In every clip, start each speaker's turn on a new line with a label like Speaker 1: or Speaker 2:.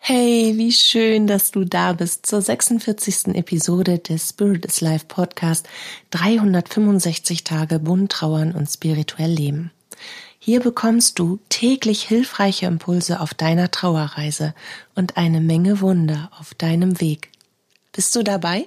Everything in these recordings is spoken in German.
Speaker 1: Hey, wie schön, dass du da bist zur 46. Episode des Spirit is Life Podcast 365 Tage bunt trauern und spirituell leben. Hier bekommst du täglich hilfreiche Impulse auf deiner Trauerreise und eine Menge Wunder auf deinem Weg. Bist du dabei?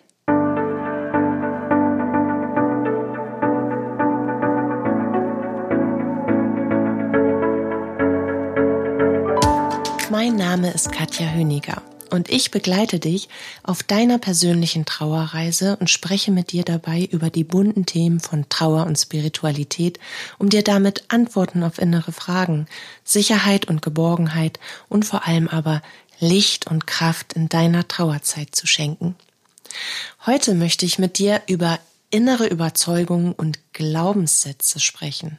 Speaker 1: Mein Name ist Katja Höniger und ich begleite dich auf deiner persönlichen Trauerreise und spreche mit dir dabei über die bunten Themen von Trauer und Spiritualität, um dir damit Antworten auf innere Fragen, Sicherheit und Geborgenheit und vor allem aber Licht und Kraft in deiner Trauerzeit zu schenken. Heute möchte ich mit dir über innere Überzeugungen und Glaubenssätze sprechen,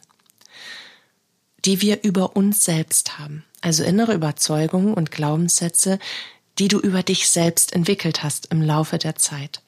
Speaker 1: die wir über uns selbst haben. Also innere Überzeugungen und Glaubenssätze, die du über dich selbst entwickelt hast im Laufe der Zeit.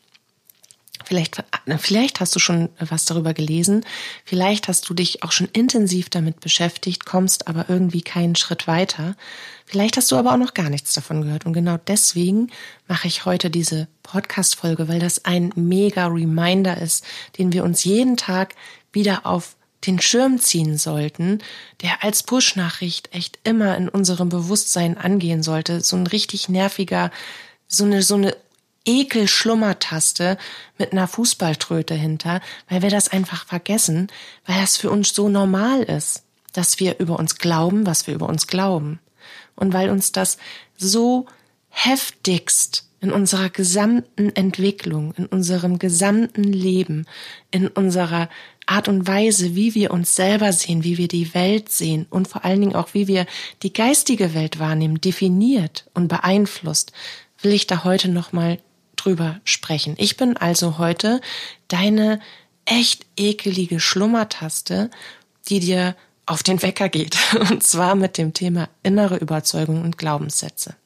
Speaker 1: Vielleicht hast du schon was darüber gelesen, vielleicht hast du dich auch schon intensiv damit beschäftigt, kommst aber irgendwie keinen Schritt weiter. Vielleicht hast du aber auch noch gar nichts davon gehört. Und genau deswegen mache ich heute diese Podcast-Folge, weil das ein mega Reminder ist, den wir uns jeden Tag wieder auf den Schirm ziehen sollten, der als Push-Nachricht echt immer in unserem Bewusstsein angehen sollte. So ein richtig nerviger, so eine Ekel-Schlummertaste mit einer Fußballtröte hinter, weil wir das einfach vergessen, weil das für uns so normal ist, dass wir über uns glauben, was wir über uns glauben. Und weil uns das so heftigst in unserer gesamten Entwicklung, in unserem gesamten Leben, in unserer Art und Weise, wie wir uns selber sehen, wie wir die Welt sehen und vor allen Dingen auch, wie wir die geistige Welt wahrnehmen, definiert und beeinflusst, will ich da heute nochmal drüber sprechen. Ich bin also heute deine echt ekelige Schlummertaste, die dir auf den Wecker geht, und zwar mit dem Thema innere Überzeugung und Glaubenssätze.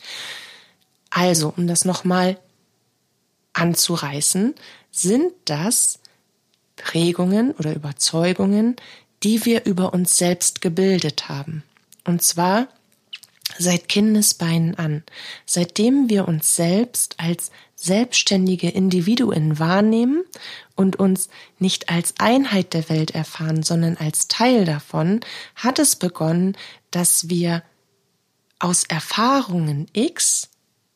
Speaker 1: Also, um das nochmal anzureißen, sind das Prägungen oder Überzeugungen, die wir über uns selbst gebildet haben. Und zwar seit Kindesbeinen an. Seitdem wir uns selbst als selbstständige Individuen wahrnehmen und uns nicht als Einheit der Welt erfahren, sondern als Teil davon, hat es begonnen, dass wir aus Erfahrungen X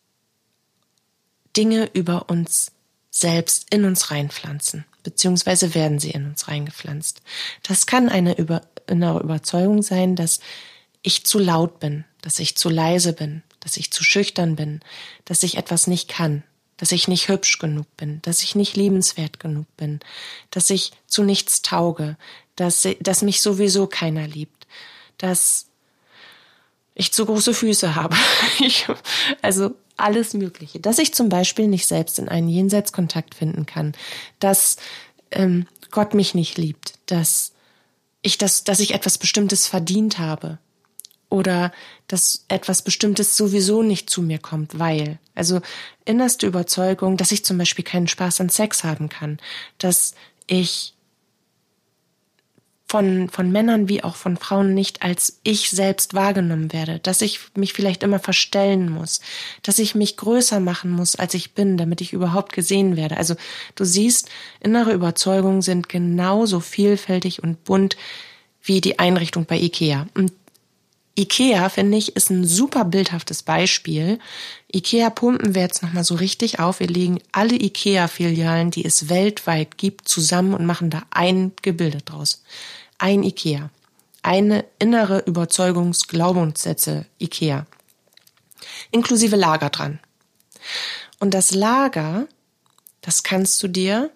Speaker 1: Dinge über uns selbst in uns reinpflanzen, beziehungsweise werden sie in uns reingepflanzt. Das kann eine innere Überzeugung sein, dass ich zu laut bin, dass ich zu leise bin, dass ich zu schüchtern bin, dass ich etwas nicht kann, dass ich nicht hübsch genug bin, dass ich nicht liebenswert genug bin, dass ich zu nichts tauge, dass mich sowieso keiner liebt, dass ich zu große Füße habe. Also alles Mögliche. Dass ich zum Beispiel nicht selbst in einen Jenseitskontakt finden kann, dass Gott mich nicht liebt, dass ich etwas Bestimmtes verdient habe oder dass etwas Bestimmtes sowieso nicht zu mir kommt, weil. Also innerste Überzeugung, dass ich zum Beispiel keinen Spaß an Sex haben kann, dass ich von Männern wie auch von Frauen nicht als ich selbst wahrgenommen werde, dass ich mich vielleicht immer verstellen muss, dass ich mich größer machen muss, als ich bin, damit ich überhaupt gesehen werde. Also du siehst, innere Überzeugungen sind genauso vielfältig und bunt wie die Einrichtung bei IKEA. Und IKEA, finde ich, ist ein super bildhaftes Beispiel. IKEA pumpen wir jetzt nochmal so richtig auf. Wir legen alle IKEA-Filialen, die es weltweit gibt, zusammen und machen da ein Gebilde draus. Ein IKEA. Eine innere Überzeugungsglaubenssätze IKEA. Inklusive Lager dran. Und das Lager, das kannst du dir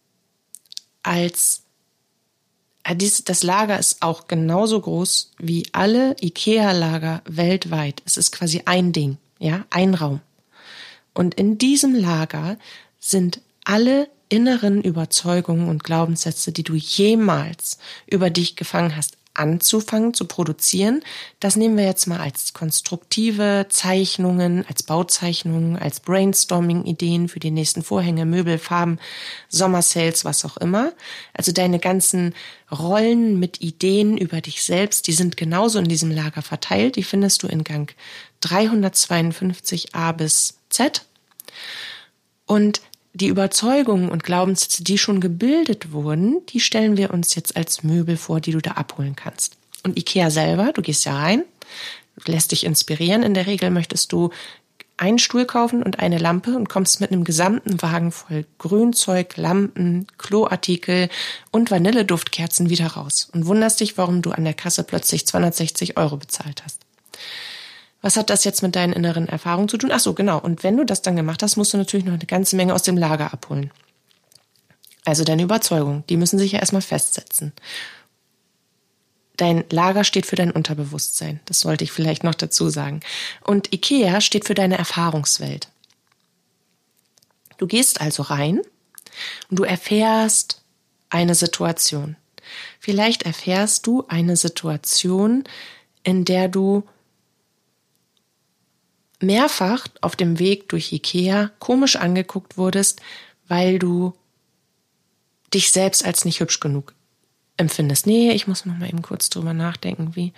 Speaker 1: das Lager ist auch genauso groß wie alle IKEA-Lager weltweit. Es ist quasi ein Ding, ja, ein Raum. Und in diesem Lager sind alle inneren Überzeugungen und Glaubenssätze, die du jemals über dich gefangen hast, anzufangen zu produzieren. Das nehmen wir jetzt mal als konstruktive Zeichnungen, als Bauzeichnungen, als Brainstorming-Ideen für die nächsten Vorhänge, Möbel, Farben, Sommersales, was auch immer. Also deine ganzen Rollen mit Ideen über dich selbst, die sind genauso in diesem Lager verteilt. Die findest du in Gang 352a bis Z. Und die Überzeugungen und Glaubenssätze, die schon gebildet wurden, die stellen wir uns jetzt als Möbel vor, die du da abholen kannst. Und IKEA selber, du gehst ja rein, lässt dich inspirieren. In der Regel möchtest du einen Stuhl kaufen und eine Lampe und kommst mit einem gesamten Wagen voll Grünzeug, Lampen, Kloartikel und Vanilleduftkerzen wieder raus und wunderst dich, warum du an der Kasse plötzlich 260 € bezahlt hast. Was hat das jetzt mit deinen inneren Erfahrungen zu tun? Ach so, genau. Und wenn du das dann gemacht hast, musst du natürlich noch eine ganze Menge aus dem Lager abholen. Also deine Überzeugungen, die müssen sich ja erstmal festsetzen. Dein Lager steht für dein Unterbewusstsein. Das sollte ich vielleicht noch dazu sagen. Und IKEA steht für deine Erfahrungswelt. Du gehst also rein und du erfährst eine Situation. Vielleicht erfährst du eine Situation, in der du mehrfach auf dem Weg durch IKEA komisch angeguckt wurdest, weil du dich selbst als nicht hübsch genug empfindest. Nee, ich muss noch mal eben kurz drüber nachdenken, wie.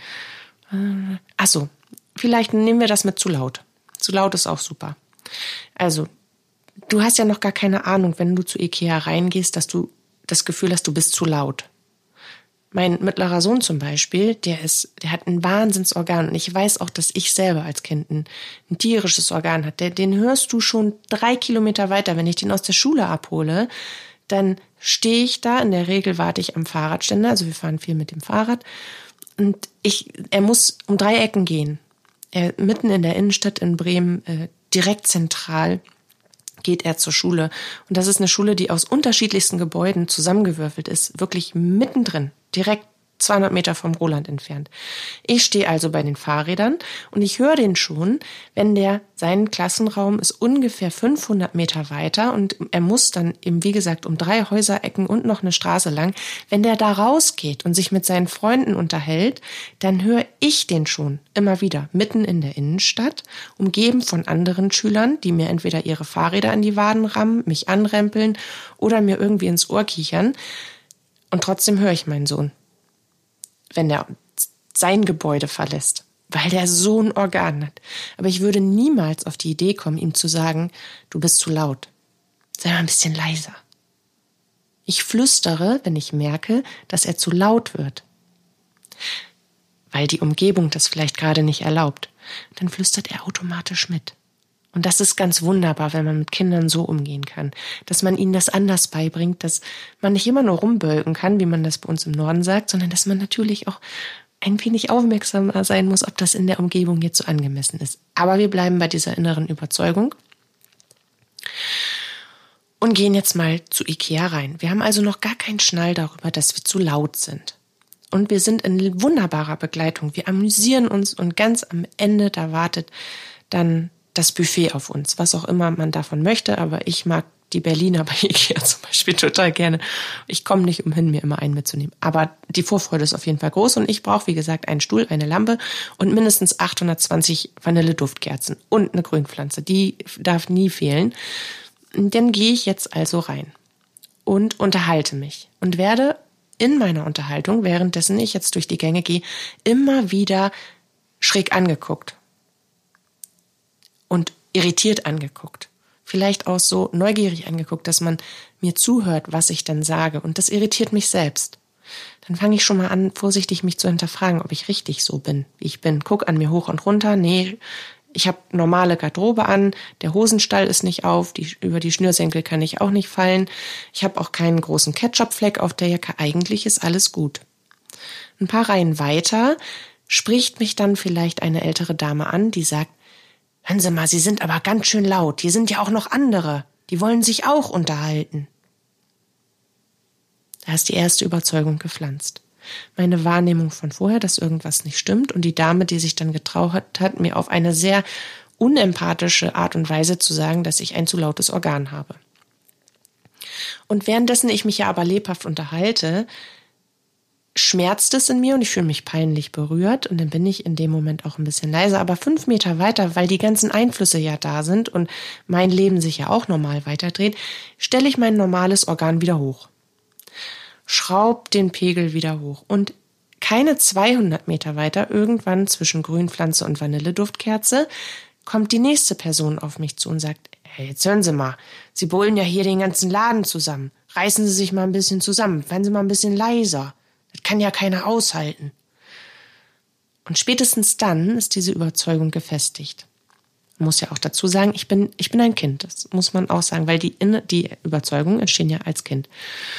Speaker 1: Vielleicht nehmen wir das mit zu laut. Zu laut ist auch super. Also, du hast ja noch gar keine Ahnung, wenn du zu IKEA reingehst, dass du das Gefühl hast, du bist zu laut. Mein mittlerer Sohn zum Beispiel, der hat ein Wahnsinnsorgan und ich weiß auch, dass ich selber als Kind ein tierisches Organ hatte. Den hörst du schon 3 Kilometer weiter. Wenn ich den aus der Schule abhole, dann stehe ich da. In der Regel warte ich am Fahrradständer, also wir fahren viel mit dem Fahrrad. Und er muss um 3 Ecken gehen. Mitten in der Innenstadt in Bremen, direkt zentral, geht er zur Schule. Und das ist eine Schule, die aus unterschiedlichsten Gebäuden zusammengewürfelt ist, wirklich mittendrin, direkt 200 Meter vom Roland entfernt. Ich stehe also bei den Fahrrädern und ich höre den schon, wenn sein Klassenraum ist ungefähr 500 Meter weiter und er muss dann eben, wie gesagt, um 3 Häuserecken und noch eine Straße lang. Wenn der da rausgeht und sich mit seinen Freunden unterhält, dann höre ich den schon immer wieder mitten in der Innenstadt, umgeben von anderen Schülern, die mir entweder ihre Fahrräder an die Waden rammen, mich anrempeln oder mir irgendwie ins Ohr kichern. Und trotzdem höre ich meinen Sohn, wenn der sein Gebäude verlässt, weil der so ein Organ hat. Aber ich würde niemals auf die Idee kommen, ihm zu sagen, du bist zu laut. Sei mal ein bisschen leiser. Ich flüstere, wenn ich merke, dass er zu laut wird, weil die Umgebung das vielleicht gerade nicht erlaubt. Dann flüstert er automatisch mit. Und das ist ganz wunderbar, wenn man mit Kindern so umgehen kann, dass man ihnen das anders beibringt, dass man nicht immer nur rumbölken kann, wie man das bei uns im Norden sagt, sondern dass man natürlich auch ein wenig aufmerksamer sein muss, ob das in der Umgebung jetzt so angemessen ist. Aber wir bleiben bei dieser inneren Überzeugung und gehen jetzt mal zu IKEA rein. Wir haben also noch gar keinen Schnall darüber, dass wir zu laut sind. Und wir sind in wunderbarer Begleitung. Wir amüsieren uns und ganz am Ende, da wartet dann das Buffet auf uns, was auch immer man davon möchte, aber ich mag die Berliner bei IKEA zum Beispiel total gerne. Ich komme nicht umhin, mir immer einen mitzunehmen. Aber die Vorfreude ist auf jeden Fall groß und ich brauche, wie gesagt, einen Stuhl, eine Lampe und mindestens 820 Vanilleduftkerzen und eine Grünpflanze. Die darf nie fehlen. Und dann gehe ich jetzt also rein und unterhalte mich und werde in meiner Unterhaltung, währenddessen ich jetzt durch die Gänge gehe, immer wieder schräg angeguckt. Und irritiert angeguckt. Vielleicht auch so neugierig angeguckt, dass man mir zuhört, was ich denn sage. Und das irritiert mich selbst. Dann fange ich schon mal an, vorsichtig mich zu hinterfragen, ob ich richtig so bin, wie ich bin. Guck an mir hoch und runter. Nee, ich habe normale Garderobe an. Der Hosenstall ist nicht auf. Über die Schnürsenkel kann ich auch nicht fallen. Ich habe auch keinen großen Ketchupfleck auf der Jacke. Eigentlich ist alles gut. Ein paar Reihen weiter spricht mich dann vielleicht eine ältere Dame an, die sagt, hören Sie mal, Sie sind aber ganz schön laut. Hier sind ja auch noch andere. Die wollen sich auch unterhalten. Da ist die erste Überzeugung gepflanzt. Meine Wahrnehmung von vorher, dass irgendwas nicht stimmt und die Dame, die sich dann getraut hat, mir auf eine sehr unempathische Art und Weise zu sagen, dass ich ein zu lautes Organ habe. Und währenddessen ich mich ja aber lebhaft unterhalte, schmerzt es in mir und ich fühle mich peinlich berührt und dann bin ich in dem Moment auch ein bisschen leiser. Aber 5 Meter weiter, weil die ganzen Einflüsse ja da sind und mein Leben sich ja auch normal weiterdreht, stelle ich mein normales Organ wieder hoch. Schraub den Pegel wieder hoch und keine 200 Meter weiter, irgendwann zwischen Grünpflanze und Vanilleduftkerze, kommt die nächste Person auf mich zu und sagt, hey, jetzt hören Sie mal, Sie brüllen ja hier den ganzen Laden zusammen. Reißen Sie sich mal ein bisschen zusammen, werden Sie mal ein bisschen leiser. Das kann ja keiner aushalten. Und spätestens dann ist diese Überzeugung gefestigt. Ich muss ja auch dazu sagen, ich bin ein Kind. Das muss man auch sagen, weil die Überzeugungen entstehen ja als Kind.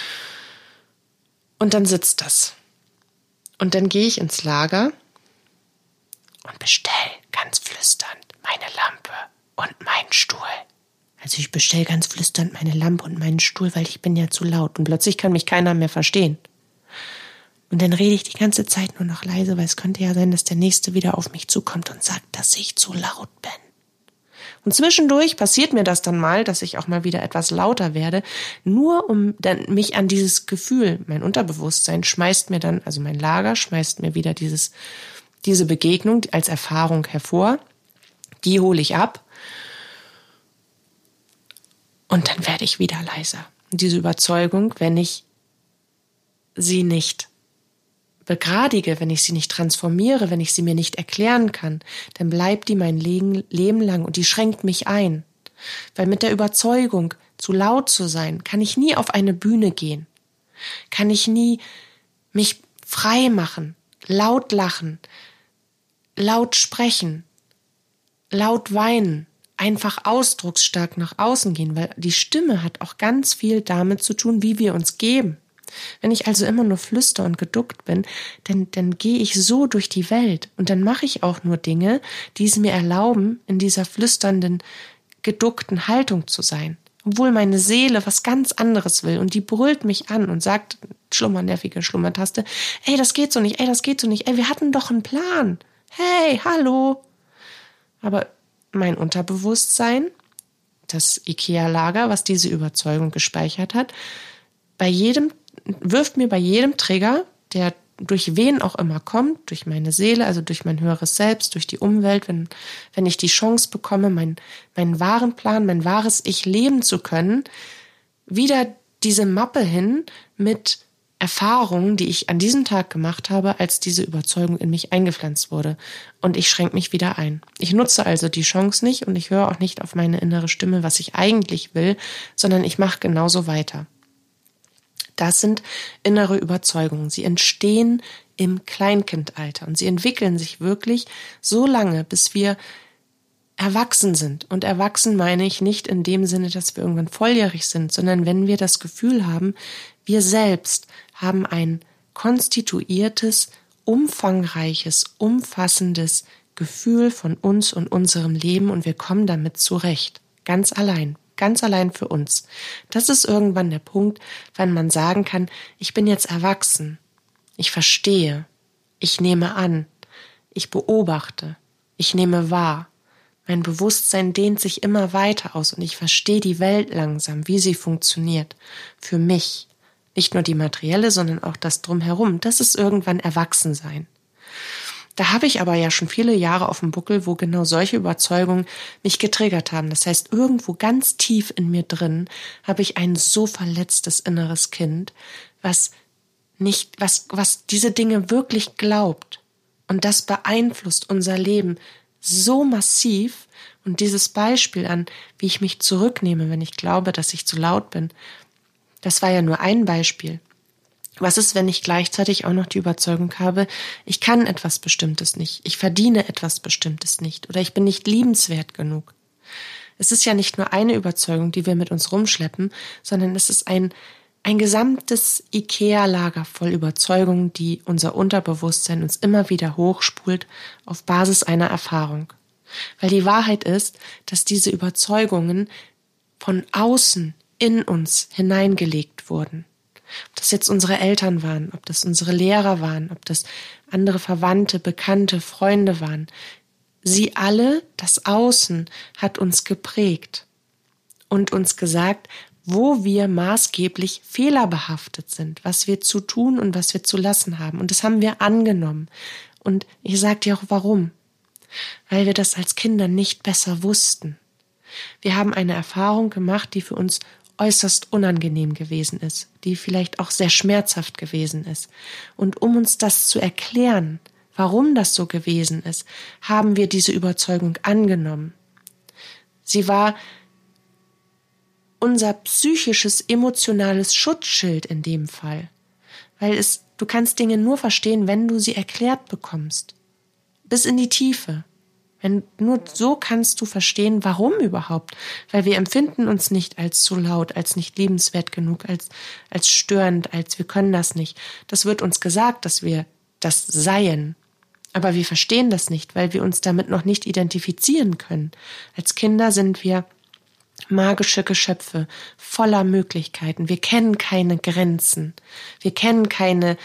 Speaker 1: Und dann sitzt das. Und dann gehe ich ins Lager und bestell ganz flüsternd meine Lampe und meinen Stuhl. Also ich bestell ganz flüsternd meine Lampe und meinen Stuhl, weil ich bin ja zu laut. Und plötzlich kann mich keiner mehr verstehen. Und dann rede ich die ganze Zeit nur noch leise, weil es könnte ja sein, dass der Nächste wieder auf mich zukommt und sagt, dass ich zu laut bin. Und zwischendurch passiert mir das dann mal, dass ich auch mal wieder etwas lauter werde, nur um dann mich an dieses Gefühl, mein Unterbewusstsein schmeißt mir dann, also mein Lager schmeißt mir wieder diese Begegnung als Erfahrung hervor. Die hole ich ab und dann werde ich wieder leiser. Und diese Überzeugung, wenn ich sie nicht begradige, wenn ich sie nicht transformiere, wenn ich sie mir nicht erklären kann, dann bleibt die mein Leben lang und die schränkt mich ein. Weil mit der Überzeugung, zu laut zu sein, kann ich nie auf eine Bühne gehen, kann ich nie mich frei machen, laut lachen, laut sprechen, laut weinen, einfach ausdrucksstark nach außen gehen, weil die Stimme hat auch ganz viel damit zu tun, wie wir uns geben. Wenn ich also immer nur flüster und geduckt bin, dann gehe ich so durch die Welt und dann mache ich auch nur Dinge, die es mir erlauben, in dieser flüsternden, geduckten Haltung zu sein. Obwohl meine Seele was ganz anderes will und die brüllt mich an und sagt, nervige Schlummertaste, ey, das geht so nicht, ey, das geht so nicht, ey, wir hatten doch einen Plan. Hey, hallo. Aber mein Unterbewusstsein, das IKEA-Lager, was diese Überzeugung gespeichert hat, wirft mir bei jedem Trigger, der durch wen auch immer kommt, durch meine Seele, also durch mein höheres Selbst, durch die Umwelt, wenn ich die Chance bekomme, meinen wahren Plan, mein wahres Ich leben zu können, wieder diese Mappe hin mit Erfahrungen, die ich an diesem Tag gemacht habe, als diese Überzeugung in mich eingepflanzt wurde. Und ich schränke mich wieder ein. Ich nutze also die Chance nicht und ich höre auch nicht auf meine innere Stimme, was ich eigentlich will, sondern ich mache genauso weiter. Das sind innere Überzeugungen. Sie entstehen im Kleinkindalter und sie entwickeln sich wirklich so lange, bis wir erwachsen sind. Und erwachsen meine ich nicht in dem Sinne, dass wir irgendwann volljährig sind, sondern wenn wir das Gefühl haben, wir selbst haben ein konstituiertes, umfangreiches, umfassendes Gefühl von uns und unserem Leben und wir kommen damit zurecht. Ganz allein für uns. Das ist irgendwann der Punkt, wann man sagen kann, ich bin jetzt erwachsen, ich verstehe, ich nehme an, ich beobachte, ich nehme wahr. Mein Bewusstsein dehnt sich immer weiter aus und ich verstehe die Welt langsam, wie sie funktioniert. Für mich. Nicht nur die materielle, sondern auch das Drumherum. Das ist irgendwann Erwachsensein. Da habe ich aber ja schon viele Jahre auf dem Buckel, wo genau solche Überzeugungen mich getriggert haben. Das heißt, irgendwo ganz tief in mir drin habe ich ein so verletztes inneres Kind, was diese Dinge wirklich glaubt. Und das beeinflusst unser Leben so massiv. Und dieses Beispiel an, wie ich mich zurücknehme, wenn ich glaube, dass ich zu laut bin, das war ja nur ein Beispiel. Was ist, wenn ich gleichzeitig auch noch die Überzeugung habe, ich kann etwas Bestimmtes nicht, ich verdiene etwas Bestimmtes nicht oder ich bin nicht liebenswert genug? Es ist ja nicht nur eine Überzeugung, die wir mit uns rumschleppen, sondern es ist ein gesamtes IKEA-Lager voll Überzeugungen, die unser Unterbewusstsein uns immer wieder hochspult auf Basis einer Erfahrung. Weil die Wahrheit ist, dass diese Überzeugungen von außen in uns hineingelegt wurden. Ob das jetzt unsere Eltern waren, ob das unsere Lehrer waren, ob das andere Verwandte, Bekannte, Freunde waren. Sie alle, das Außen, hat uns geprägt und uns gesagt, wo wir maßgeblich fehlerbehaftet sind, was wir zu tun und was wir zu lassen haben. Und das haben wir angenommen. Und ich sage dir auch warum. Weil wir das als Kinder nicht besser wussten. Wir haben eine Erfahrung gemacht, die für uns äußerst unangenehm gewesen ist, die vielleicht auch sehr schmerzhaft gewesen ist. Und um uns das zu erklären, warum das so gewesen ist, haben wir diese Überzeugung angenommen. Sie war unser psychisches, emotionales Schutzschild in dem Fall. Weil du kannst Dinge nur verstehen, wenn du sie erklärt bekommst. Bis in die Tiefe. Nur so kannst du verstehen, warum überhaupt. Weil wir empfinden uns nicht als zu laut, als nicht liebenswert genug, als störend, als wir können das nicht. Das wird uns gesagt, dass wir das seien. Aber wir verstehen das nicht, weil wir uns damit noch nicht identifizieren können. Als Kinder sind wir magische Geschöpfe, voller Möglichkeiten. Wir kennen keine Grenzen. Wir kennen keine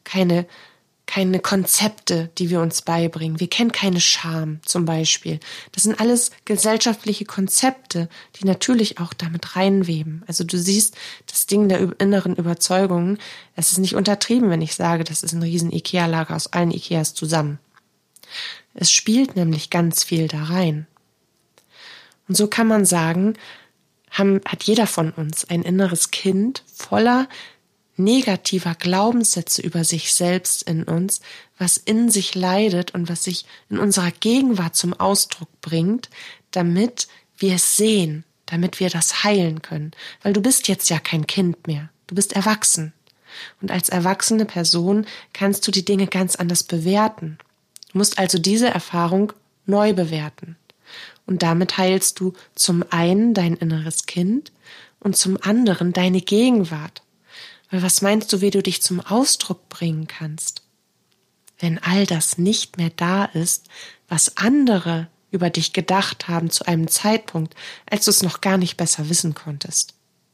Speaker 1: Konzepte, die wir uns beibringen. Wir kennen keine Scham zum Beispiel. Das sind alles gesellschaftliche Konzepte, die natürlich auch damit reinweben. Also du siehst das Ding der inneren Überzeugungen. Es ist nicht untertrieben, wenn ich sage, das ist ein riesen Ikea-Lager aus allen Ikeas zusammen. Es spielt nämlich ganz viel da rein. Und so kann man sagen, hat jeder von uns ein inneres Kind voller negativer Glaubenssätze über sich selbst in uns, was in sich leidet und was sich in unserer Gegenwart zum Ausdruck bringt, damit wir es sehen, damit wir das heilen können. Weil du bist jetzt ja kein Kind mehr, du bist erwachsen. Und als erwachsene Person kannst du die Dinge ganz anders bewerten. Du musst also diese Erfahrung neu bewerten. Und damit heilst du zum einen dein inneres Kind und zum anderen deine Gegenwart. Weil was meinst du, wie du dich zum Ausdruck bringen kannst, wenn all das nicht mehr da ist, was andere über dich gedacht haben zu einem Zeitpunkt, als du es noch gar nicht besser wissen konntest?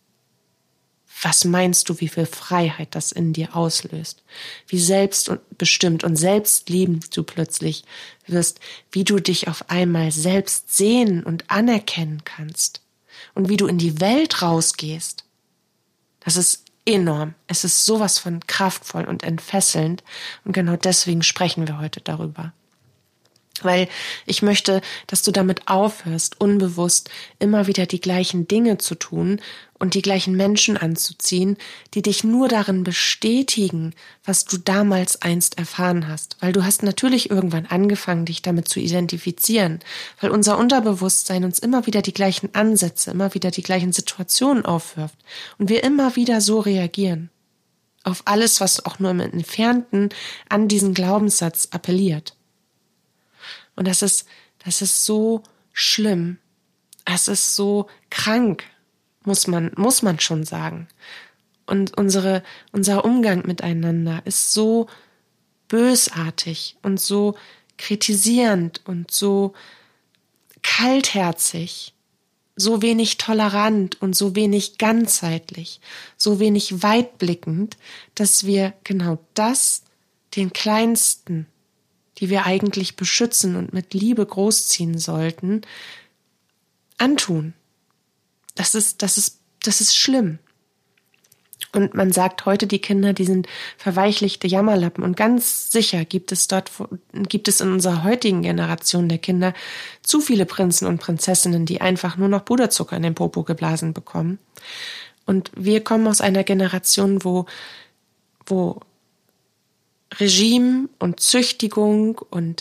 Speaker 1: Was meinst du, wie viel Freiheit das in dir auslöst? Wie selbstbestimmt und selbstliebend du plötzlich wirst, wie du dich auf einmal selbst sehen und anerkennen kannst und wie du in die Welt rausgehst. Das ist enorm. Es ist sowas von kraftvoll und entfesselnd und genau deswegen sprechen wir heute darüber. Weil ich möchte, dass du damit aufhörst, unbewusst immer wieder die gleichen Dinge zu tun und die gleichen Menschen anzuziehen, die dich nur darin bestätigen, was du damals einst erfahren hast. Weil du hast natürlich irgendwann angefangen, dich damit zu identifizieren, weil unser Unterbewusstsein uns immer wieder die gleichen Ansätze, immer wieder die gleichen Situationen aufwirft und wir immer wieder so reagieren. Auf alles, was auch nur im Entfernten an diesen Glaubenssatz appelliert. Und das ist so schlimm. Es ist so krank, muss man schon sagen. Und unser Umgang miteinander ist so bösartig und so kritisierend und so kaltherzig, so wenig tolerant und so wenig ganzheitlich, so wenig weitblickend, dass wir genau das, den Kleinsten, die wir eigentlich beschützen und mit Liebe großziehen sollten, antun. Das ist schlimm. Und man sagt heute, die Kinder, die sind verweichlichte Jammerlappen. Und ganz sicher gibt es in unserer heutigen Generation der Kinder zu viele Prinzen und Prinzessinnen, die einfach nur noch Puderzucker in den Popo geblasen bekommen. Und wir kommen aus einer Generation, wo Regime und Züchtigung und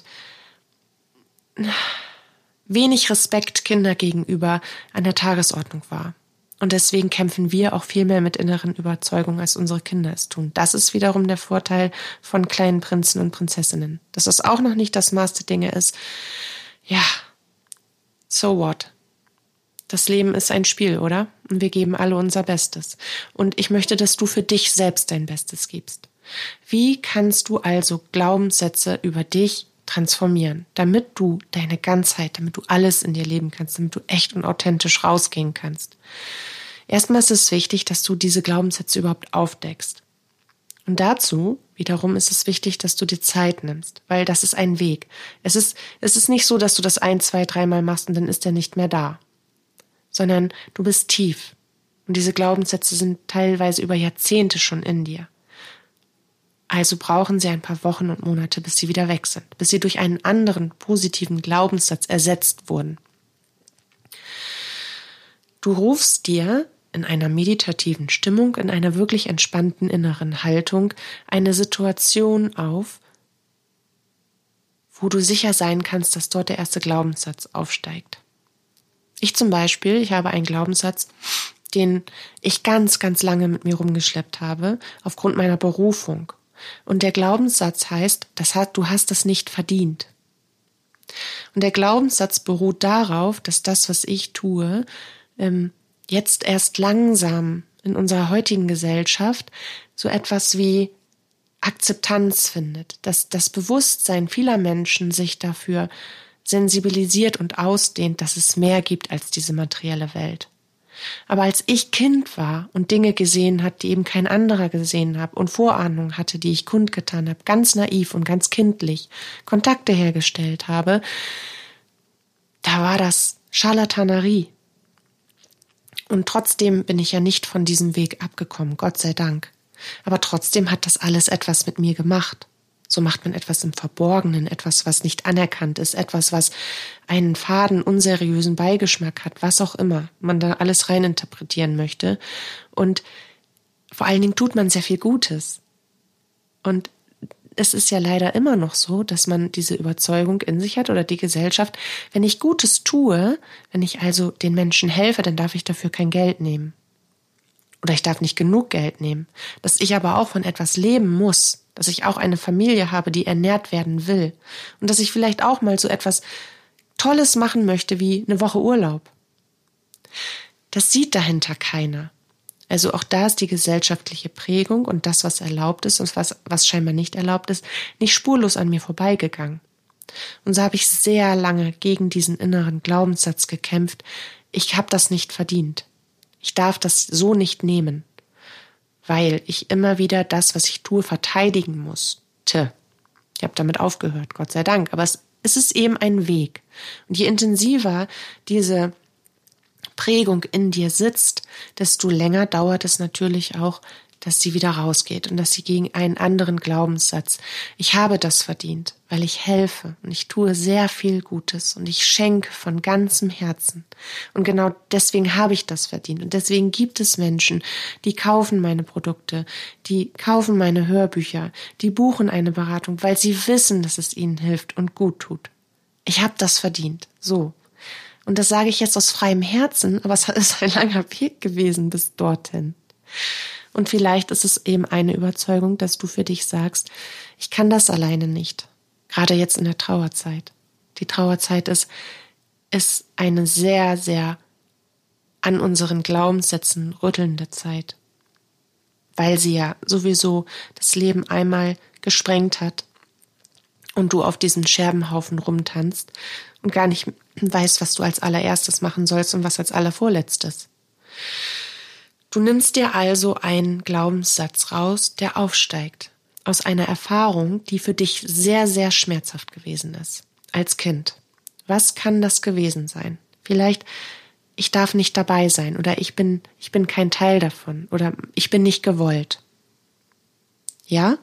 Speaker 1: wenig Respekt Kinder gegenüber an der Tagesordnung war. Und deswegen kämpfen wir auch viel mehr mit inneren Überzeugungen, als unsere Kinder es tun. Das ist wiederum der Vorteil von kleinen Prinzen und Prinzessinnen. Dass das auch noch nicht das Maß der Dinge ist. Ja, so what? Das Leben ist ein Spiel, oder? Und wir geben alle unser Bestes. Und ich möchte, dass du für dich selbst dein Bestes gibst. Wie kannst du also Glaubenssätze über dich transformieren, damit du deine Ganzheit, damit du alles in dir leben kannst, damit du echt und authentisch rausgehen kannst? Erstmal ist es wichtig, dass du diese Glaubenssätze überhaupt aufdeckst. Und dazu wiederum ist es wichtig, dass du dir Zeit nimmst, weil das ist ein Weg. Es ist nicht so, dass du das 1, 2, 3 Mal machst und dann ist er nicht mehr da, sondern du bist tief. Und diese Glaubenssätze sind teilweise über Jahrzehnte schon in dir. Also brauchen sie ein paar Wochen und Monate, bis sie wieder weg sind, bis sie durch einen anderen positiven Glaubenssatz ersetzt wurden. Du rufst dir in einer meditativen Stimmung, in einer wirklich entspannten inneren Haltung eine Situation auf, wo du sicher sein kannst, dass dort der erste Glaubenssatz aufsteigt. Ich zum Beispiel, ich habe einen Glaubenssatz, den ich ganz, ganz lange mit mir rumgeschleppt habe, aufgrund meiner Berufung. Und der Glaubenssatz heißt, du hast es nicht verdient. Und der Glaubenssatz beruht darauf, dass das, was ich tue, jetzt erst langsam in unserer heutigen Gesellschaft so etwas wie Akzeptanz findet, dass das Bewusstsein vieler Menschen sich dafür sensibilisiert und ausdehnt, dass es mehr gibt als diese materielle Welt. Aber als ich Kind war und Dinge gesehen habe, die eben kein anderer gesehen hat und Vorahnungen hatte, die ich kundgetan habe, ganz naiv und ganz kindlich Kontakte hergestellt habe, da war das Scharlatanerie. Und trotzdem bin ich ja nicht von diesem Weg abgekommen, Gott sei Dank. Aber trotzdem hat das alles etwas mit mir gemacht. So macht man etwas im Verborgenen, etwas, was nicht anerkannt ist, etwas, was einen faden, unseriösen Beigeschmack hat, was auch immer man da alles reininterpretieren möchte. Und vor allen Dingen tut man sehr viel Gutes. Und es ist ja leider immer noch so, dass man diese Überzeugung in sich hat oder die Gesellschaft, wenn ich Gutes tue, wenn ich also den Menschen helfe, dann darf ich dafür kein Geld nehmen. Oder ich darf nicht genug Geld nehmen. Dass ich aber auch von etwas leben muss. Dass ich auch eine Familie habe, die ernährt werden will. Und dass ich vielleicht auch mal so etwas Tolles machen möchte wie eine Woche Urlaub. Das sieht dahinter keiner. Also auch da ist die gesellschaftliche Prägung und das, was erlaubt ist und was scheinbar nicht erlaubt ist, nicht spurlos an mir vorbeigegangen. Und so habe ich sehr lange gegen diesen inneren Glaubenssatz gekämpft. Ich habe das nicht verdient. Ich darf das so nicht nehmen, weil ich immer wieder das, was ich tue, verteidigen muss. Ich habe damit aufgehört, Gott sei Dank. Aber es ist eben ein Weg. Und je intensiver diese Prägung in dir sitzt, desto länger dauert es natürlich auch, dass sie wieder rausgeht und dass sie gegen einen anderen Glaubenssatz, ich habe das verdient, weil ich helfe und ich tue sehr viel Gutes und ich schenke von ganzem Herzen. Und genau deswegen habe ich das verdient und deswegen gibt es Menschen, die kaufen meine Produkte, die kaufen meine Hörbücher, die buchen eine Beratung, weil sie wissen, dass es ihnen hilft und gut tut. Ich habe das verdient, so. Und das sage ich jetzt aus freiem Herzen, aber es ist ein langer Weg gewesen bis dorthin. Und vielleicht ist es eben eine Überzeugung, dass du für dich sagst, ich kann das alleine nicht. Gerade jetzt in der Trauerzeit. Die Trauerzeit ist eine sehr, sehr an unseren Glaubenssätzen rüttelnde Zeit. Weil sie ja sowieso das Leben einmal gesprengt hat und du auf diesen Scherbenhaufen rumtanzt und gar nicht weißt, was du als allererstes machen sollst und was als allervorletztes. Du nimmst dir also einen Glaubenssatz raus, der aufsteigt, aus einer Erfahrung, die für dich sehr, sehr schmerzhaft gewesen ist, als Kind. Was kann das gewesen sein? Vielleicht, ich darf nicht dabei sein oder ich bin kein Teil davon oder ich bin nicht gewollt. Ja?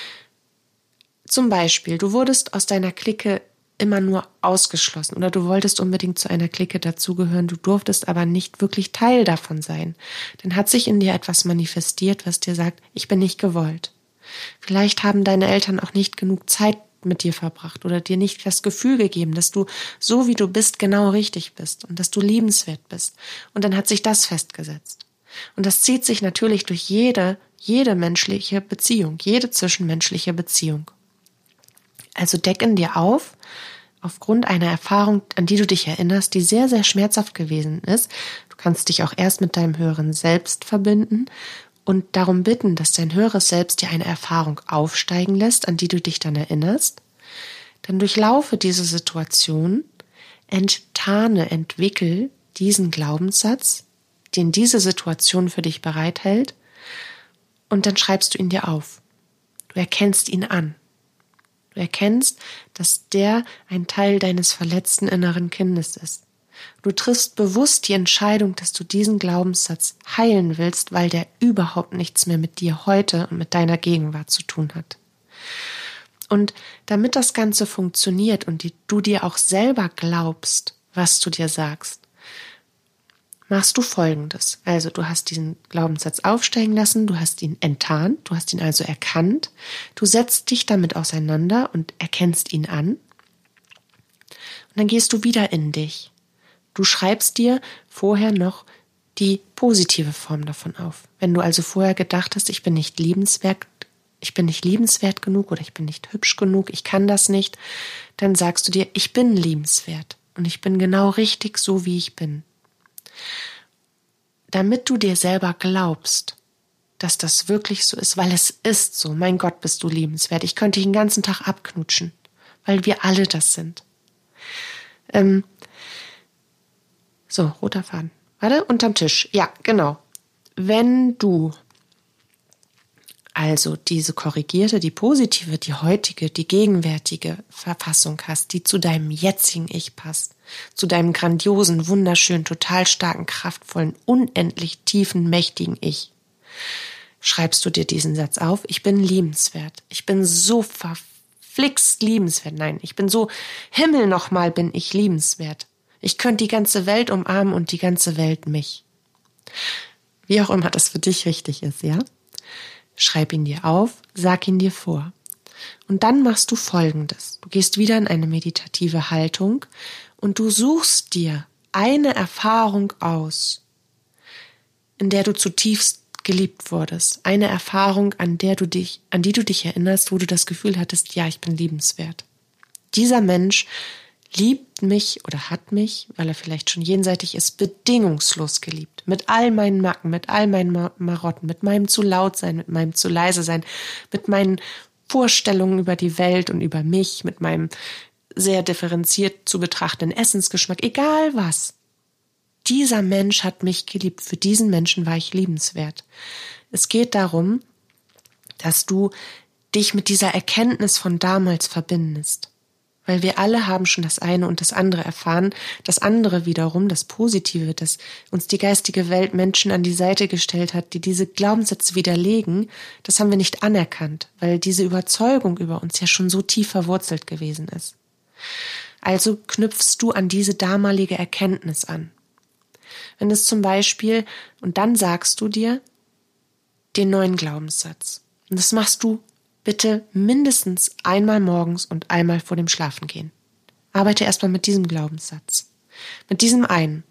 Speaker 1: Zum Beispiel, du wurdest aus deiner Clique immer nur ausgeschlossen oder du wolltest unbedingt zu einer Clique dazugehören, du durftest aber nicht wirklich Teil davon sein. Dann hat sich in dir etwas manifestiert, was dir sagt, ich bin nicht gewollt. Vielleicht haben deine Eltern auch nicht genug Zeit mit dir verbracht oder dir nicht das Gefühl gegeben, dass du so wie du bist genau richtig bist und dass du liebenswert bist. Und dann hat sich das festgesetzt. Und das zieht sich natürlich durch jede menschliche Beziehung, jede zwischenmenschliche Beziehung. Also deck in dir aufgrund einer Erfahrung, an die du dich erinnerst, die sehr, sehr schmerzhaft gewesen ist. Du kannst dich auch erst mit deinem höheren Selbst verbinden und darum bitten, dass dein höheres Selbst dir eine Erfahrung aufsteigen lässt, an die du dich dann erinnerst. Dann durchlaufe diese Situation, entwickel diesen Glaubenssatz, den diese Situation für dich bereithält, und dann schreibst du ihn dir auf. Du erkennst ihn an. Du erkennst, dass der ein Teil deines verletzten inneren Kindes ist. Du triffst bewusst die Entscheidung, dass du diesen Glaubenssatz heilen willst, weil der überhaupt nichts mehr mit dir heute und mit deiner Gegenwart zu tun hat. Und damit das Ganze funktioniert und du dir auch selber glaubst, was du dir sagst, machst du Folgendes. Also du hast diesen Glaubenssatz aufsteigen lassen, du hast ihn enttarnt, du hast ihn also erkannt, du setzt dich damit auseinander und erkennst ihn an. Und dann gehst du wieder in dich. Du schreibst dir vorher noch die positive Form davon auf. Wenn du also vorher gedacht hast, ich bin nicht liebenswert genug oder ich bin nicht hübsch genug, ich kann das nicht, dann sagst du dir, ich bin liebenswert und ich bin genau richtig so, wie ich bin. Damit du dir selber glaubst, dass das wirklich so ist, weil es ist so. Mein Gott, bist du liebenswert. Ich könnte dich den ganzen Tag abknutschen, weil wir alle das sind. So, roter Faden. Warte, unterm Tisch. Ja, genau. Wenn du also diese korrigierte, die positive, die heutige, die gegenwärtige Verfassung hast, die zu deinem jetzigen Ich passt, zu deinem grandiosen, wunderschönen, total starken, kraftvollen, unendlich tiefen, mächtigen Ich, schreibst du dir diesen Satz auf, ich bin liebenswert, ich bin so verflixt liebenswert, nein, ich bin so, Himmel nochmal bin ich liebenswert. Ich könnte die ganze Welt umarmen und die ganze Welt mich. Wie auch immer das für dich richtig ist, ja? Schreib ihn dir auf, sag ihn dir vor. Und dann machst du Folgendes. Du gehst wieder in eine meditative Haltung und du suchst dir eine Erfahrung aus, in der du zutiefst geliebt wurdest. Eine Erfahrung, an die du dich erinnerst, wo du das Gefühl hattest, ja, ich bin liebenswert. Dieser Mensch liebt mich oder hat mich, weil er vielleicht schon jenseitig ist, bedingungslos geliebt. Mit all meinen Macken, mit all meinen Marotten, mit meinem zu laut sein, mit meinem zu leise sein, mit meinen Vorstellungen über die Welt und über mich, mit meinem sehr differenziert zu betrachtenden Essensgeschmack, egal was. Dieser Mensch hat mich geliebt. Für diesen Menschen war ich liebenswert. Es geht darum, dass du dich mit dieser Erkenntnis von damals verbindest. Weil wir alle haben schon das eine und das andere erfahren. Das andere wiederum, das Positive, das uns die geistige Welt Menschen an die Seite gestellt hat, die diese Glaubenssätze widerlegen, das haben wir nicht anerkannt, weil diese Überzeugung über uns ja schon so tief verwurzelt gewesen ist. Also knüpfst du an diese damalige Erkenntnis an. Wenn es zum Beispiel, und dann sagst du dir den neuen Glaubenssatz. Und das machst du bitte mindestens einmal morgens und einmal vor dem Schlafengehen. Arbeite erstmal mit diesem Glaubenssatz. Mit diesem einen.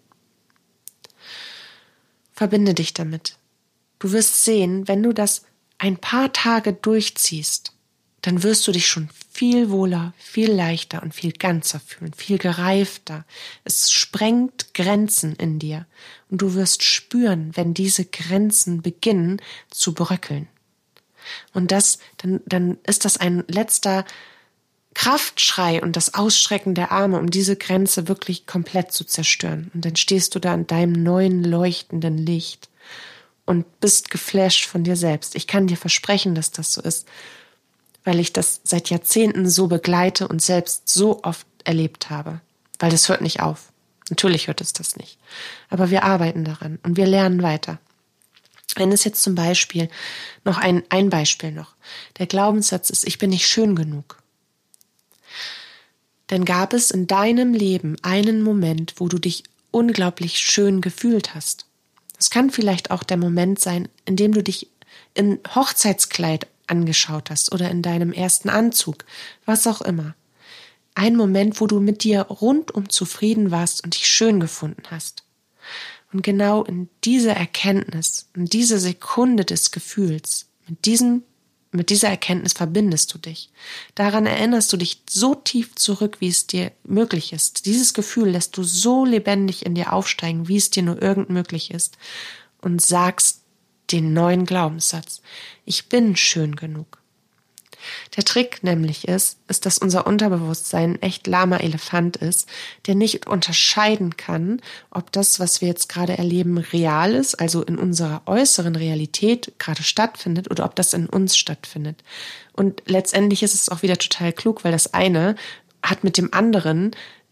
Speaker 1: Verbinde dich damit. Du wirst sehen, wenn du das ein paar Tage durchziehst, dann wirst du dich schon viel wohler, viel leichter und viel ganzer fühlen, viel gereifter. Es sprengt Grenzen in dir und du wirst spüren, wenn diese Grenzen beginnen zu bröckeln. Und dann ist das ein letzter Kraftschrei und das Ausstrecken der Arme, um diese Grenze wirklich komplett zu zerstören. Und dann stehst du da in deinem neuen leuchtenden Licht und bist geflasht von dir selbst. Ich kann dir versprechen, dass das so ist, weil ich das seit Jahrzehnten so begleite und selbst so oft erlebt habe. Weil das hört nicht auf. Natürlich hört es das nicht. Aber wir arbeiten daran und wir lernen weiter. Wenn es jetzt zum Beispiel noch ein Beispiel noch, der Glaubenssatz ist, ich bin nicht schön genug. Dann gab es in deinem Leben einen Moment, wo du dich unglaublich schön gefühlt hast. Es kann vielleicht auch der Moment sein, in dem du dich im Hochzeitskleid angeschaut hast oder in deinem ersten Anzug, was auch immer. Ein Moment, wo du mit dir rundum zufrieden warst und dich schön gefunden hast. Und genau in dieser Erkenntnis, in dieser Sekunde des Gefühls, mit dieser Erkenntnis verbindest du dich. Daran erinnerst du dich so tief zurück, wie es dir möglich ist. Dieses Gefühl lässt du so lebendig in dir aufsteigen, wie es dir nur irgend möglich ist. Und sagst den neuen Glaubenssatz. Ich bin schön genug. Der Trick nämlich ist, dass unser Unterbewusstsein ein echt lahmer Elefant ist, der nicht unterscheiden kann, ob das, was wir jetzt gerade erleben, real ist, also in unserer äußeren Realität gerade stattfindet, oder ob das in uns stattfindet. Und letztendlich ist es auch wieder total klug, weil das eine hat mit dem anderen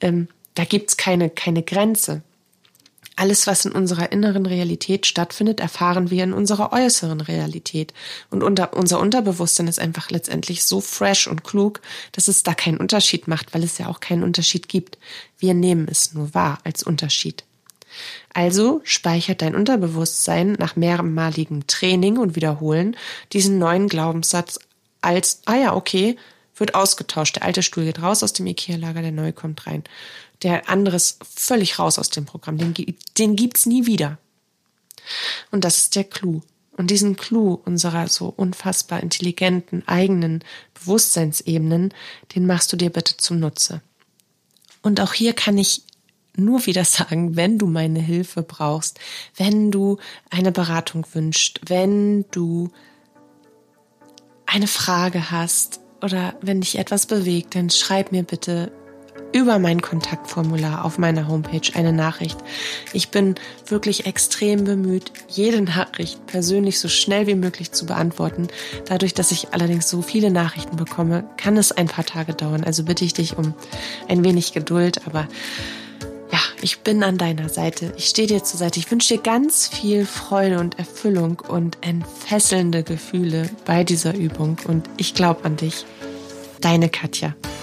Speaker 1: Da gibt's keine Grenze. Alles, was in unserer inneren Realität stattfindet, erfahren wir in unserer äußeren Realität. Und unser Unterbewusstsein ist einfach letztendlich so fresh und klug, dass es da keinen Unterschied macht, weil es ja auch keinen Unterschied gibt. Wir nehmen es nur wahr als Unterschied. Also speichert dein Unterbewusstsein nach mehrmaligem Training und Wiederholen diesen neuen Glaubenssatz als, okay, wird ausgetauscht. Der alte Stuhl geht raus aus dem IKEA-Lager, der neue kommt rein. Der andere ist völlig raus aus dem Programm. Den gibt's nie wieder. Und das ist der Clou. Und diesen Clou unserer so unfassbar intelligenten eigenen Bewusstseinsebenen, den machst du dir bitte zum Nutze. Und auch hier kann ich nur wieder sagen, wenn du meine Hilfe brauchst, wenn du eine Beratung wünschst, wenn du eine Frage hast oder wenn dich etwas bewegt, dann schreib mir bitte über mein Kontaktformular auf meiner Homepage eine Nachricht. Ich bin wirklich extrem bemüht, jede Nachricht persönlich so schnell wie möglich zu beantworten. Dadurch, dass ich allerdings so viele Nachrichten bekomme, kann es ein paar Tage dauern. Also bitte ich dich um ein wenig Geduld, aber ja, ich bin an deiner Seite. Ich stehe dir zur Seite. Ich wünsche dir ganz viel Freude und Erfüllung und entfesselnde Gefühle bei dieser Übung. Und ich glaube an dich. Deine Katja.